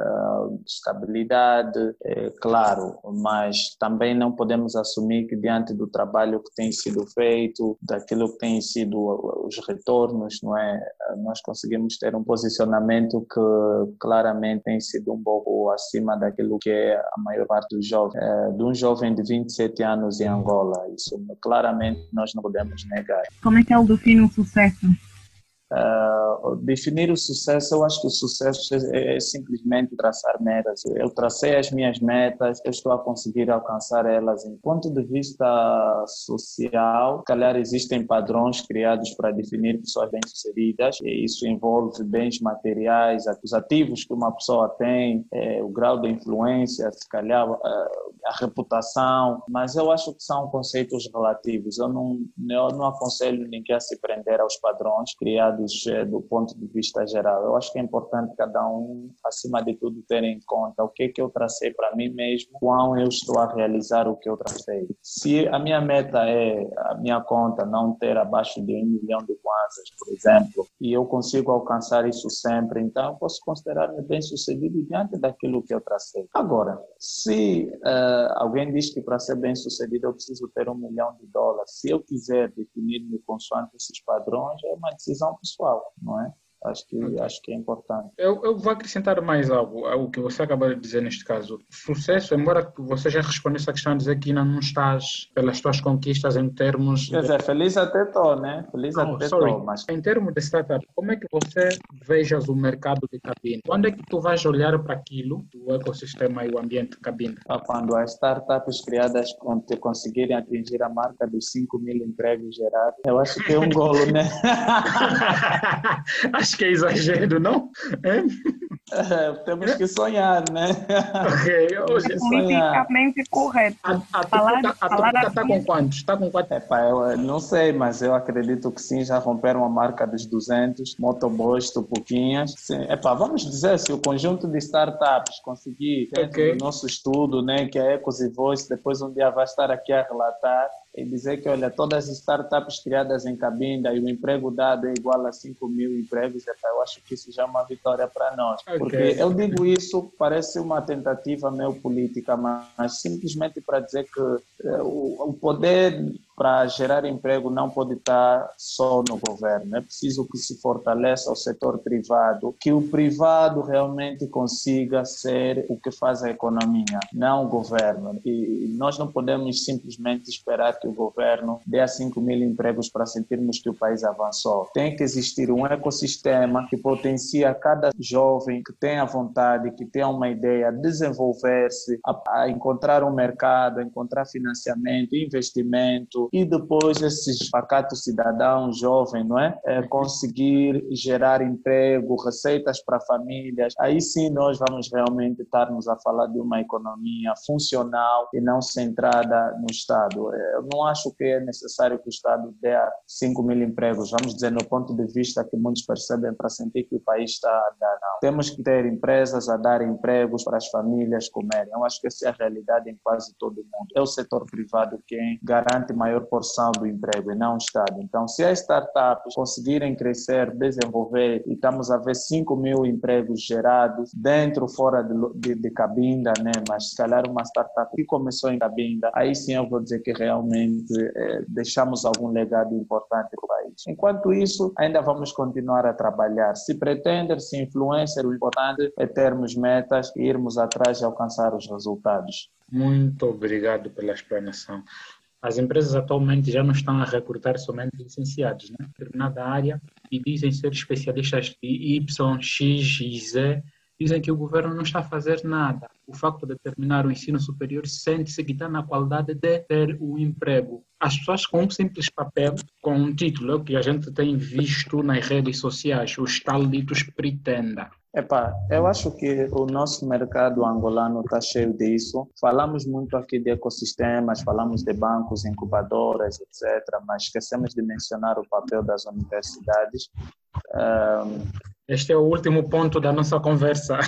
uh, estabilidade, é, claro, mas também não podemos assumir que diante do trabalho que tem sido feito, daquilo que tem sido os retornos, não é? Nós conseguimos ter um posicionamento que claramente tem sido um pouco acima daquilo que é a maior parte dos jovens, é, de um jovem de vinte e sete anos em Angola, isso claramente nós não podemos negar. Como é que ele define o sucesso? Uh, definir o sucesso, eu acho que o sucesso é, é simplesmente traçar metas. Eu tracei as minhas metas, eu estou a conseguir alcançar elas. Em ponto de vista social, calhar existem padrões criados para definir pessoas bem-sucedidas, e isso envolve bens materiais, os ativos que uma pessoa tem, é, o grau de influência, se calhar uh, a reputação, mas eu acho que são conceitos relativos. Eu não, eu não aconselho ninguém a se prender aos padrões criados do ponto de vista geral. Eu acho que é importante cada um, acima de tudo, ter em conta o que é que eu tracei para mim mesmo, quão eu estou a realizar o que eu tracei. Se a minha meta é a minha conta não ter abaixo de um milhão de kwanzas, por exemplo, e eu consigo alcançar isso sempre, então eu posso considerar-me bem-sucedido diante daquilo que eu tracei. Agora, se uh, alguém diz que para ser bem-sucedido eu preciso ter um milhão de dólares, se eu quiser definir-me consoante esses padrões, é uma decisão pessoal, não é? Acho que, acho que é importante. Eu, eu vou acrescentar mais algo ao que você acabou de dizer neste caso. Sucesso, embora você já respondesse essa questão, dizer que ainda não estás pelas tuas conquistas em termos Quer de... dizer, feliz até estou, né? Feliz Não, até sorry. estou, mas Em termos de startup, como é que você vejas o mercado de cabine? Quando é que tu vais olhar para aquilo, o ecossistema e o ambiente de cabine? ah, quando as startups criadas con- conseguirem atingir a marca dos cinco mil empregos gerados, eu acho que é um golo, né? Acho que é exagero, não? É? É, temos que sonhar, né? Ok, Temos hoje, que sonhar. Politicamente correto. a, a Falar, Tupuca a falar Tupuca está com assim, quantos? Está com quantos? Epá, eu eh, não sei, mas eu acredito que sim, já romperam a marca dos duzentos motoboys, tupuquinhas. Sim. Epá, vamos dizer, se o conjunto de startups conseguir, dentro Ok. do nosso estudo, né, que é Ecos e Voice, depois um dia vai estar aqui a relatar e dizer que, olha, todas as startups criadas em Cabinda e o emprego dado é igual a cinco mil empregos, epá, eu acho que isso já é uma vitória para nós. Ok. Porque eu digo isso, parece uma tentativa meio política, mas simplesmente para dizer que eh, o, o poder para gerar emprego não pode estar só no governo. É preciso que se fortaleça o setor privado, que o privado realmente consiga ser o que faz a economia, não o governo. E nós não podemos simplesmente esperar que o governo dê a cinco mil empregos para sentirmos que o país avançou. Tem que existir um ecossistema que potencia cada jovem que tenha vontade, que tenha uma ideia, desenvolver-se, a, a encontrar um mercado, a encontrar financiamento, investimento, e depois esses pacatos cidadãos jovens, não é? É conseguir gerar emprego, receitas para famílias. Aí sim nós vamos realmente estarmos a falar de uma economia funcional e não centrada no Estado. Eu não acho que é necessário que o Estado dê cinco mil empregos, vamos dizer, no ponto de vista que muitos percebem para sentir que o país está a dar, não. Temos que ter empresas a dar empregos para as famílias comerem. Eu acho que essa é a realidade em quase todo o mundo. É o setor privado quem garante maior porção do emprego e não o Estado. Então, se as startups conseguirem crescer, desenvolver, e estamos a ver cinco mil empregos gerados dentro ou fora de, de, de Cabinda, né? Mas se calhar uma startup que começou em Cabinda, aí sim eu vou dizer que realmente eh, deixamos algum legado importante para o país. Enquanto isso, ainda vamos continuar a trabalhar. Se pretender, se influencer, o importante é termos metas e irmos atrás de alcançar os resultados. Muito obrigado pela explanação. As empresas atualmente já não estão a recrutar somente licenciados, né? Em determinada área, e dizem ser especialistas de Y, X e Z, dizem que o governo não está a fazer nada. O facto de terminar o ensino superior sente-se que está na qualidade de ter o emprego. As pessoas com um simples papel, com um título, é o que a gente tem visto nas redes sociais, os tal ditos pretenda. Epá, eu acho que o nosso mercado angolano está cheio disso. Falamos muito aqui de ecossistemas, falamos de bancos, incubadoras, etcétera, mas esquecemos de mencionar o papel das universidades. Um, Este é o último ponto da nossa conversa.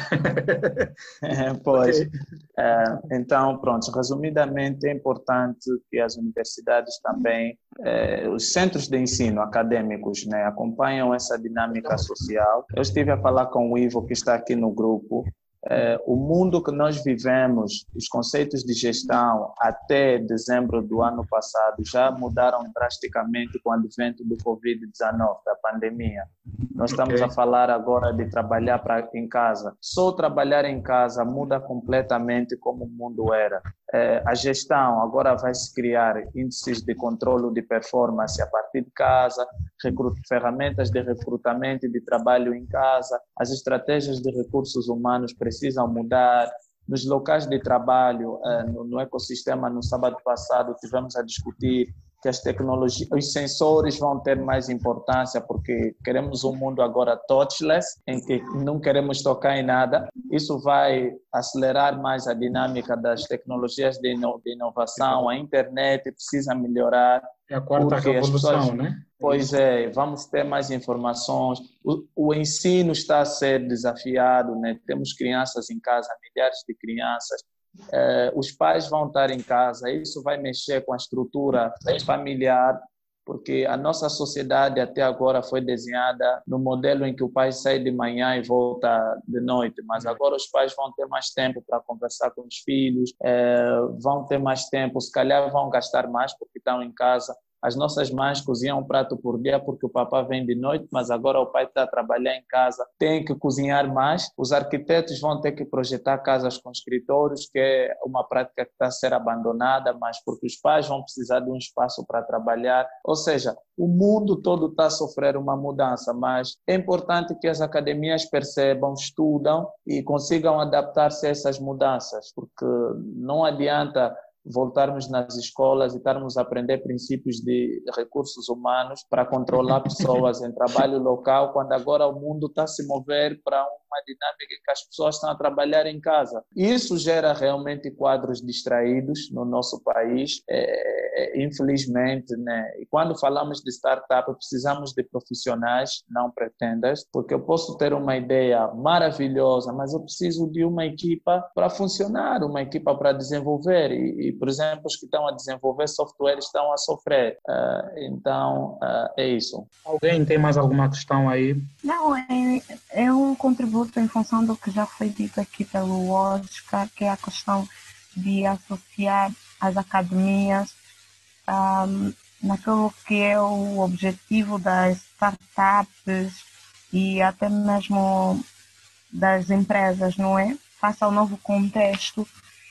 pois, Okay. é, então, pronto, resumidamente, é importante que as universidades também, é, os centros de ensino acadêmicos, né, acompanham essa dinâmica social. Eu estive a falar com o Ivo, que está aqui no grupo. É, o mundo que nós vivemos, os conceitos de gestão até dezembro do ano passado já mudaram drasticamente com o advento do covid dezenove, da pandemia. Nós estamos Okay. a falar agora de trabalhar pra, em casa. Só trabalhar em casa muda completamente como o mundo era. É, a gestão agora vai se criar índices de controle de performance a partir de casa, recrut, ferramentas de recrutamento e de trabalho em casa, as estratégias de recursos humanos precisam mudar. Nos locais de trabalho, é, no, no ecossistema, no sábado passado, tivemos a discutir que as tecnologias, os sensores vão ter mais importância porque queremos um mundo agora touchless, em que não queremos tocar em nada. Isso vai acelerar mais a dinâmica das tecnologias de, ino, de inovação. A internet precisa melhorar. É a quarta revolução, pessoas, né? Pois é, vamos ter mais informações. O, o ensino está a ser desafiado, né? Temos crianças em casa, milhares de crianças. Eh, os pais vão estar em casa, isso vai mexer com a estrutura familiar, porque a nossa sociedade até agora foi desenhada no modelo em que o pai sai de manhã e volta de noite, mas agora os pais vão ter mais tempo para conversar com os filhos, eh, vão ter mais tempo, se calhar vão gastar mais porque estão em casa, As nossas mães cozinham um prato por dia porque o papai vem de noite, mas agora o pai está a trabalhar em casa, tem que cozinhar mais. Os arquitetos vão ter que projetar casas com escritórios, que é uma prática que está a ser abandonada, mas porque os pais vão precisar de um espaço para trabalhar. Ou seja, o mundo todo está a sofrer uma mudança, mas é importante que as academias percebam, estudam e consigam adaptar-se a essas mudanças, porque não adianta voltarmos nas escolas e estarmos a aprender princípios de recursos humanos para controlar pessoas em trabalho local, quando agora o mundo está a se mover para uma dinâmica em que as pessoas estão a trabalhar em casa. Isso gera realmente quadros distraídos no nosso país, é, é, infelizmente, né? E quando falamos de startup, precisamos de profissionais, não pretendas, porque eu posso ter uma ideia maravilhosa, mas eu preciso de uma equipa para funcionar, uma equipa para desenvolver. E, e, por exemplo, os que estão a desenvolver software estão a sofrer. Uh, então, uh, é isso. Alguém tem mais alguma questão aí? Não, é, é um contributo em função do que já foi dito aqui pelo Oscar, que é a questão de associar as academias um, naquilo que é o objetivo das startups e até mesmo das empresas, não é? Face ao novo contexto,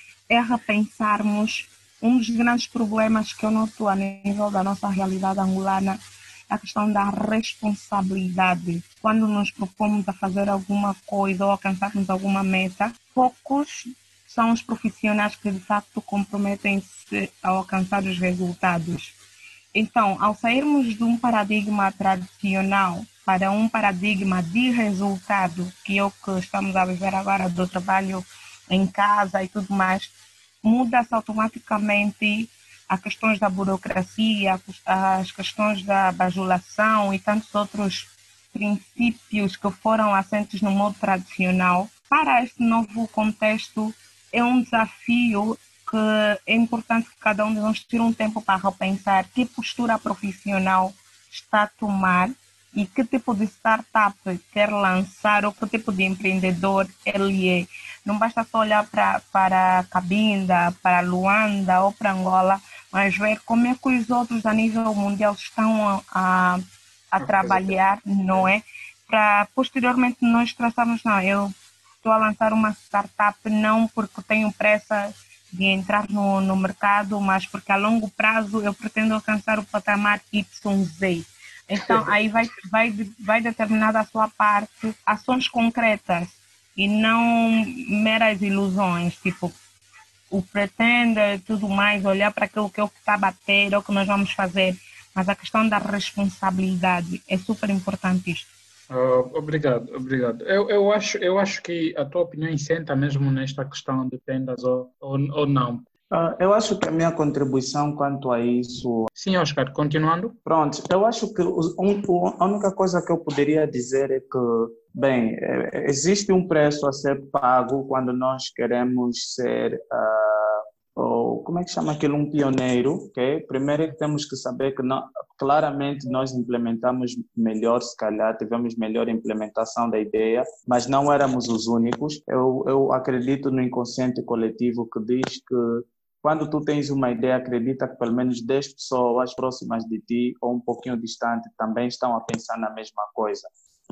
é repensarmos um dos grandes problemas que eu noto a nível da nossa realidade angolana, a questão da responsabilidade. Quando nos propomos a fazer alguma coisa ou alcançarmos alguma meta, poucos são os profissionais que de facto comprometem-se a alcançar os resultados. Então, ao sairmos de um paradigma tradicional para um paradigma de resultado, que é o que estamos a viver agora do trabalho em casa e tudo mais, muda-se automaticamente as questões da burocracia, as questões da bajulação e tantos outros princípios que foram assentes no modo tradicional. Para este novo contexto, é um desafio que é importante que cada um de nós tire um tempo para repensar que postura profissional está a tomar e que tipo de startup quer lançar ou que tipo de empreendedor ele é. Não basta só olhar para, para Cabinda, para Luanda ou para Angola, mas ver como é que os outros a nível mundial estão a, a trabalhar, não é? Para posteriormente nós traçarmos, não, eu estou a lançar uma startup não porque tenho pressa de entrar no, no mercado, mas porque a longo prazo eu pretendo alcançar o patamar Y Z. Então, aí vai, vai, vai determinar da sua parte ações concretas e não meras ilusões, tipo, o pretender e tudo mais, olhar para aquilo que é o que está a bater, é o que nós vamos fazer. Mas a questão da responsabilidade é super importante isto. Uh, obrigado, obrigado. Eu, eu, acho, eu acho que a tua opinião senta mesmo nesta questão de tendas ou, ou, ou não. Uh, eu acho que a minha contribuição quanto a isso... Sim, Oscar, continuando. Pronto, eu acho que um, a única coisa que eu poderia dizer é que, bem, é, existe um preço a ser pago quando nós queremos ser, uh, ou, como é que chama aquilo, um pioneiro, ok? Primeiro é que temos que saber que não, claramente nós implementamos melhor, se calhar, tivemos melhor implementação da ideia, mas não éramos os únicos. Eu, eu acredito no inconsciente coletivo que diz que quando tu tens uma ideia, acredita que pelo menos dez pessoas próximas de ti ou um pouquinho distante também estão a pensar na mesma coisa.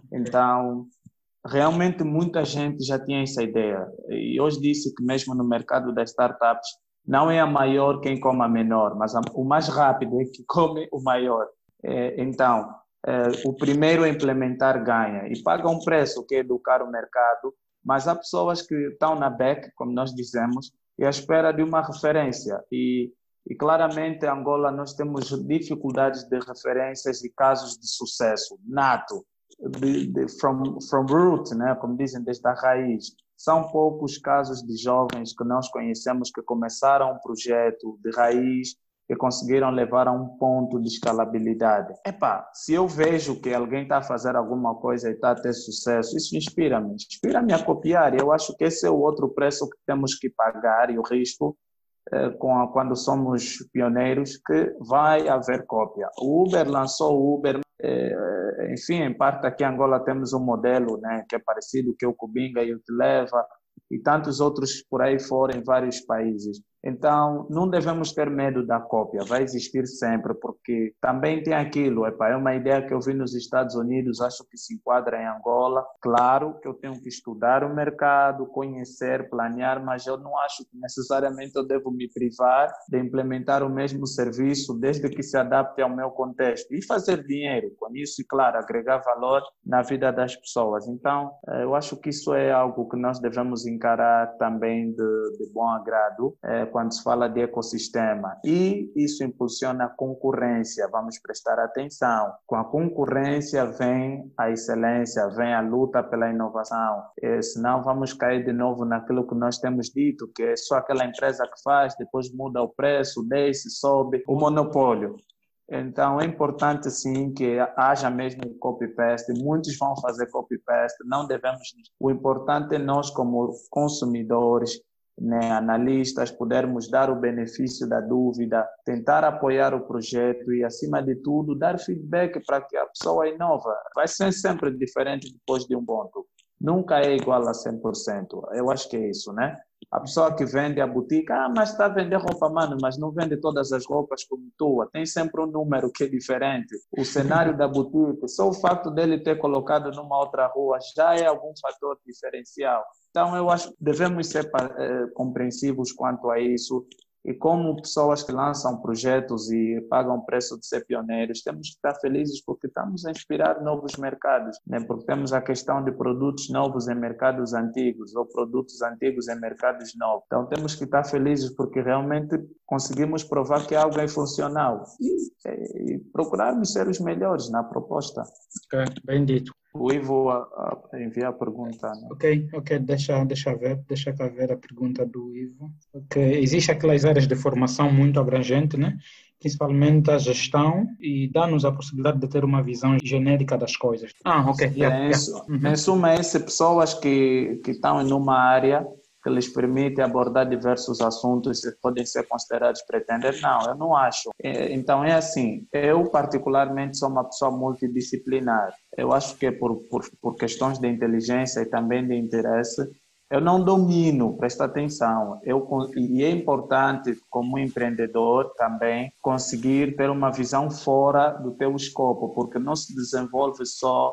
Então, realmente muita gente já tinha essa ideia. E hoje disse que mesmo no mercado das startups, não é a maior quem come a menor, mas a, o mais rápido é que come o maior. É, então, é, o primeiro a implementar ganha e paga um preço que é educar o mercado, mas há pessoas que estão na back, como nós dizemos, e à espera de uma referência. E, e claramente, em Angola, nós temos dificuldades de referências e casos de sucesso nato, de, de, from, from root, né? Como dizem, desde a raiz. São poucos casos de jovens que nós conhecemos que começaram um projeto de raiz e conseguiram levar a um ponto de escalabilidade. Epá, se eu vejo que alguém está a fazer alguma coisa e está a ter sucesso, isso inspira-me, inspira-me a copiar. E eu acho que esse é o outro preço que temos que pagar e o risco eh, com a, quando somos pioneiros, que vai haver cópia. O Uber lançou o Uber, eh, enfim, em parte aqui em Angola temos um modelo, né, que é parecido, que é o Kubinga e o Televa, e tantos outros por aí fora em vários países. Então, não devemos ter medo da cópia, vai existir sempre, porque também tem aquilo, epa, é uma ideia que eu vi nos Estados Unidos, acho que se enquadra em Angola. Claro que eu tenho que estudar o mercado, conhecer, planear, mas eu não acho que necessariamente eu devo me privar de implementar o mesmo serviço, desde que se adapte ao meu contexto e fazer dinheiro com isso e, claro, agregar valor na vida das pessoas. Então, eu acho que isso é algo que nós devemos encarar também de, de bom agrado, é, quando se fala de ecossistema. E isso impulsiona a concorrência, vamos prestar atenção. Com a concorrência vem a excelência, vem a luta pela inovação. E, senão vamos cair de novo naquilo que nós temos dito, que é só aquela empresa que faz, depois muda o preço, desce, sobe, o monopólio. Então, é importante, sim, que haja mesmo copy-paste. Muitos vão fazer copy-paste, não devemos... O importante é nós, como consumidores, né, analistas, pudermos dar o benefício da dúvida, tentar apoiar o projeto e, acima de tudo, dar feedback para que a pessoa inova. Vai ser sempre diferente depois de um ponto. Nunca é igual a cem por cento. Eu acho que é isso, né? A pessoa que vende a boutique, ah, mas está a vender roupa, mano, mas não vende todas as roupas como tua. Tem sempre um número que é diferente. O cenário da boutique, só o fato dele ter colocado numa outra rua já é algum fator diferencial. Então, eu acho que devemos ser eh, compreensivos quanto a isso. E como pessoas que lançam projetos e pagam o preço de ser pioneiros, temos que estar felizes porque estamos a inspirar novos mercados, né? Porque temos a questão de produtos novos em mercados antigos ou produtos antigos em mercados novos. Então temos que estar felizes porque realmente conseguimos provar que algo é funcional e, e procurarmos ser os melhores na proposta. Ok, bem dito. O Ivo a, a enviar a pergunta, né? Ok, ok, deixa, deixa ver, deixa cá ver a pergunta do Ivo. Ok, existe aquelas áreas de formação muito abrangente, né? Principalmente a gestão, e dá-nos a possibilidade de ter uma visão genérica das coisas. Ah, ok. Yeah, em, yeah. Uhum. em suma, essas pessoas que, que estão em uma área que lhes permite abordar diversos assuntos e podem ser considerados pretenders? Não, eu não acho. Então é assim, eu particularmente sou uma pessoa multidisciplinar. Eu acho que por, por, por questões de inteligência e também de interesse, eu não domino, presta atenção. Eu, e é importante, como empreendedor também, conseguir ter uma visão fora do teu escopo, porque não se desenvolve só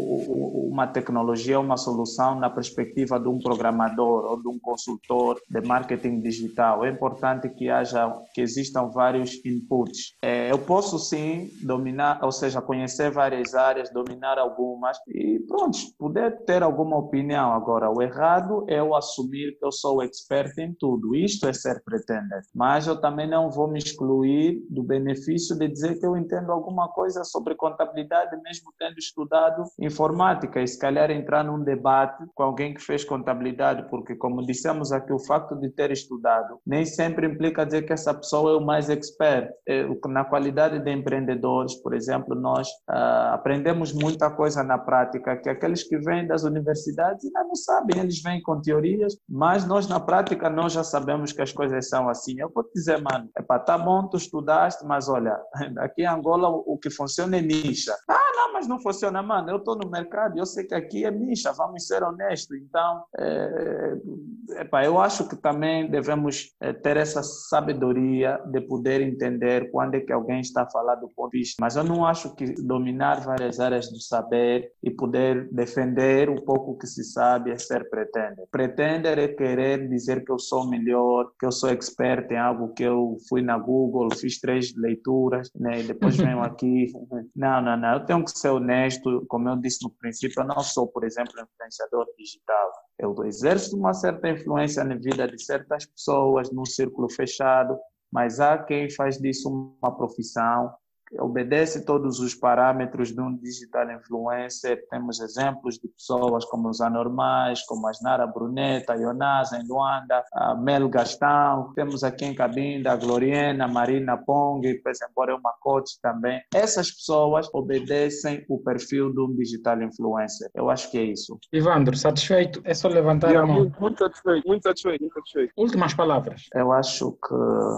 uma tecnologia, uma solução na perspectiva de um programador ou de um consultor de marketing digital. É importante que haja, que existam vários inputs. Eu posso sim dominar, ou seja, conhecer várias áreas, dominar algumas e pronto, poder ter alguma opinião. Agora, o errado é eu assumir que eu sou expert em tudo. Isto é ser pretender. Mas eu também não vou me excluir do benefício de dizer que eu entendo alguma coisa sobre contabilidade, mesmo tendo estudado informática, e se calhar entrar num debate com alguém que fez contabilidade, porque, como dissemos aqui, o facto de ter estudado nem sempre implica dizer que essa pessoa é o mais expert. Na qualidade de empreendedores, por exemplo, nós uh, aprendemos muita coisa na prática, que aqueles que vêm das universidades ainda não sabem, eles vêm com teorias, mas nós na prática nós já sabemos que as coisas são assim. Eu vou te dizer, mano, epá, tá bom, tu estudaste, mas olha, aqui em Angola o que funciona é nicha. Ah, não, mas não funciona, mano, eu estou no mercado, eu sei que aqui é nicha, vamos ser honestos. Então, é, epá, eu acho que também devemos é, ter essa sabedoria de poder entender quando é que alguém está a falar do ponto de vista, mas eu não acho que dominar várias áreas do saber e poder defender o pouco que se sabe é ser pretender. Pretender é querer dizer que eu sou melhor, que eu sou expert em algo que eu fui na Google, fiz três leituras, né, e depois venho aqui. Não, não, não. Eu tenho que ser honesto. Como eu disse no princípio, eu não sou, por exemplo, influenciador digital. Eu exerço uma certa influência na vida de certas pessoas, num círculo fechado, mas há quem faz disso uma profissão, obedece todos os parâmetros de um digital influencer. Temos exemplos de pessoas como os Anormais, como a Nara Bruneta, a Ionasa em Luanda, a Mel Gastão, temos aqui em Cabinda a Gloriana, a Marina Pong, por exemplo, é uma coach também. Essas pessoas obedecem o perfil de um digital influencer. Eu acho que é isso. Ivandro, satisfeito? É só levantar yeah, a mão. Muito, muito satisfeito, muito satisfeito, muito satisfeito. Últimas palavras. Eu acho que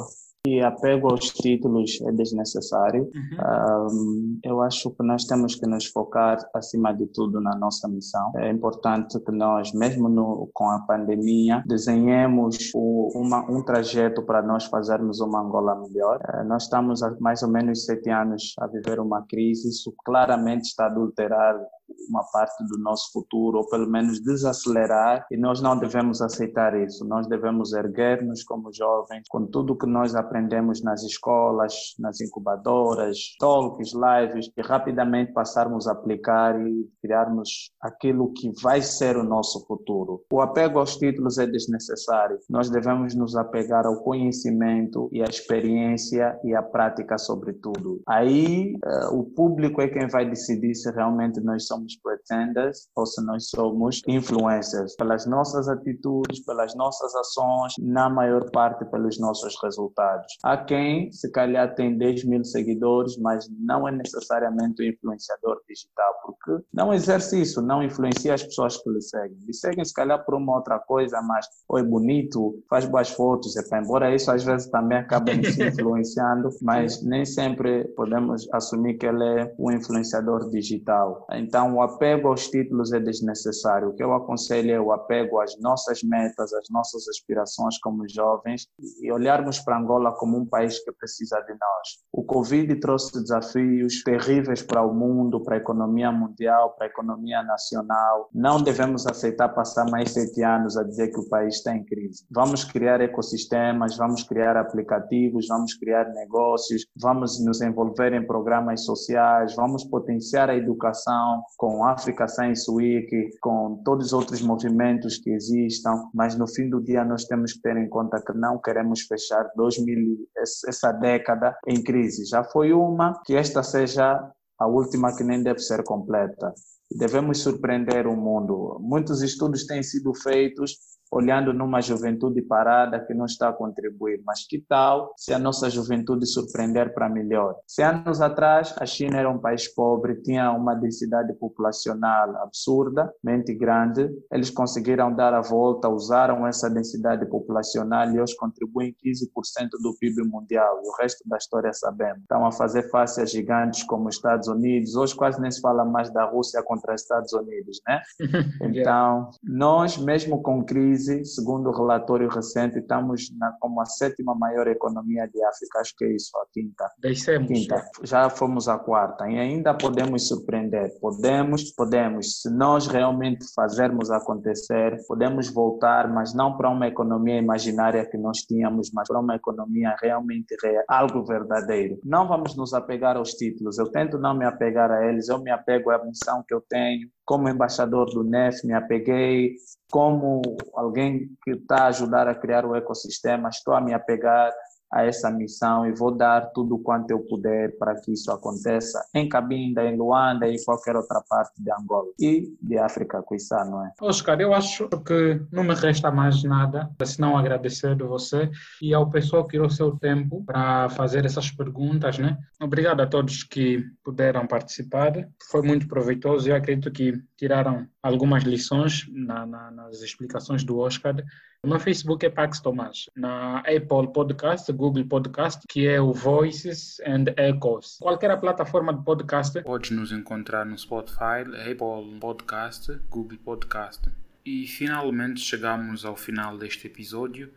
que apego aos títulos é desnecessário. Uhum. Um, eu acho que nós temos que nos focar, acima de tudo, na nossa missão. É importante que nós, mesmo no, com a pandemia, desenhemos o, uma, um trajeto para nós fazermos uma Angola melhor. Uh, nós estamos há mais ou menos sete anos a viver uma crise. Isso claramente está a adulterar uma parte do nosso futuro, ou pelo menos desacelerar, e nós não devemos aceitar isso. Nós devemos erguer-nos como jovens, com tudo que nós aprendemos nas escolas, nas incubadoras, talks, lives, e rapidamente passarmos a aplicar e criarmos aquilo que vai ser o nosso futuro. O apego aos títulos é desnecessário. Nós devemos nos apegar ao conhecimento e à experiência e à prática, sobretudo. Aí, uh, o público é quem vai decidir se realmente nós somos somos pretenders ou se nós somos influencers, pelas nossas atitudes, pelas nossas ações, na maior parte pelos nossos resultados. Há quem, se calhar, tem dez mil seguidores, mas não é necessariamente um influenciador digital, porque não exerce isso, não influencia as pessoas que lhe seguem. Lhe seguem, se calhar, por uma outra coisa, mas ou é bonito, faz boas fotos, epa, embora isso às vezes também acabe nos influenciando, mas nem sempre podemos assumir que ele é um influenciador digital. Então, o apego aos títulos é desnecessário. O que eu aconselho é o apego às nossas metas, às nossas aspirações como jovens e olharmos para Angola como um país que precisa de nós. O Covid trouxe desafios terríveis para o mundo, para a economia mundial, para a economia nacional. Não devemos aceitar passar mais sete anos a dizer que o país está em crise. Vamos criar ecossistemas, vamos criar aplicativos, vamos criar negócios, vamos nos envolver em programas sociais, vamos potenciar a educação, com Africa Science Week, com todos os outros movimentos que existam, mas no fim do dia nós temos que ter em conta que não queremos fechar dois mil, essa década em crise. Já foi uma, que esta seja a última que nem deve ser completa. Devemos surpreender o mundo. Muitos estudos têm sido feitos olhando numa juventude parada que não está a contribuir. Mas que tal se a nossa juventude surpreender para melhor? Se anos atrás a China era um país pobre, tinha uma densidade populacional absurdamente grande, eles conseguiram dar a volta, usaram essa densidade populacional e hoje contribuem quinze por cento do P I B mundial. E o resto da história sabemos. Estão a fazer face a gigantes como os Estados Unidos. Hoje quase nem se fala mais da Rússia contra os Estados Unidos, né? Então, nós mesmo com crise, segundo o relatório recente, estamos na, como a sétima maior economia de África, acho que é isso, a quinta. Descemos. Quinta. Já fomos a quarta e ainda podemos surpreender. Podemos, podemos. Se nós realmente fazermos acontecer, podemos voltar, mas não para uma economia imaginária que nós tínhamos, mas para uma economia realmente real, algo verdadeiro. Não vamos nos apegar aos títulos. Eu tento não me apegar a eles, eu me apego à missão que eu tenho. Como embaixador do N E F, me apeguei. Como alguém que está a ajudar a criar o ecossistema, estou a me apegar a essa missão e vou dar tudo quanto eu puder para que isso aconteça em Cabinda, em Luanda e em qualquer outra parte de Angola e de África, quiçá, não é? Oscar, eu acho que não me resta mais nada, senão agradecer a você e ao pessoal que tirou seu tempo para fazer essas perguntas, né? Obrigado a todos que puderam participar, foi muito proveitoso e eu acredito que tiraram algumas lições na, na, nas explicações do Oscar. O meu Facebook é Pax Tomás. Na Apple Podcast, Google Podcast, que é o Voices and Echoes. Qualquer plataforma de podcast. Podes nos encontrar no Spotify, Apple Podcast, Google Podcast. E finalmente chegamos ao final deste episódio.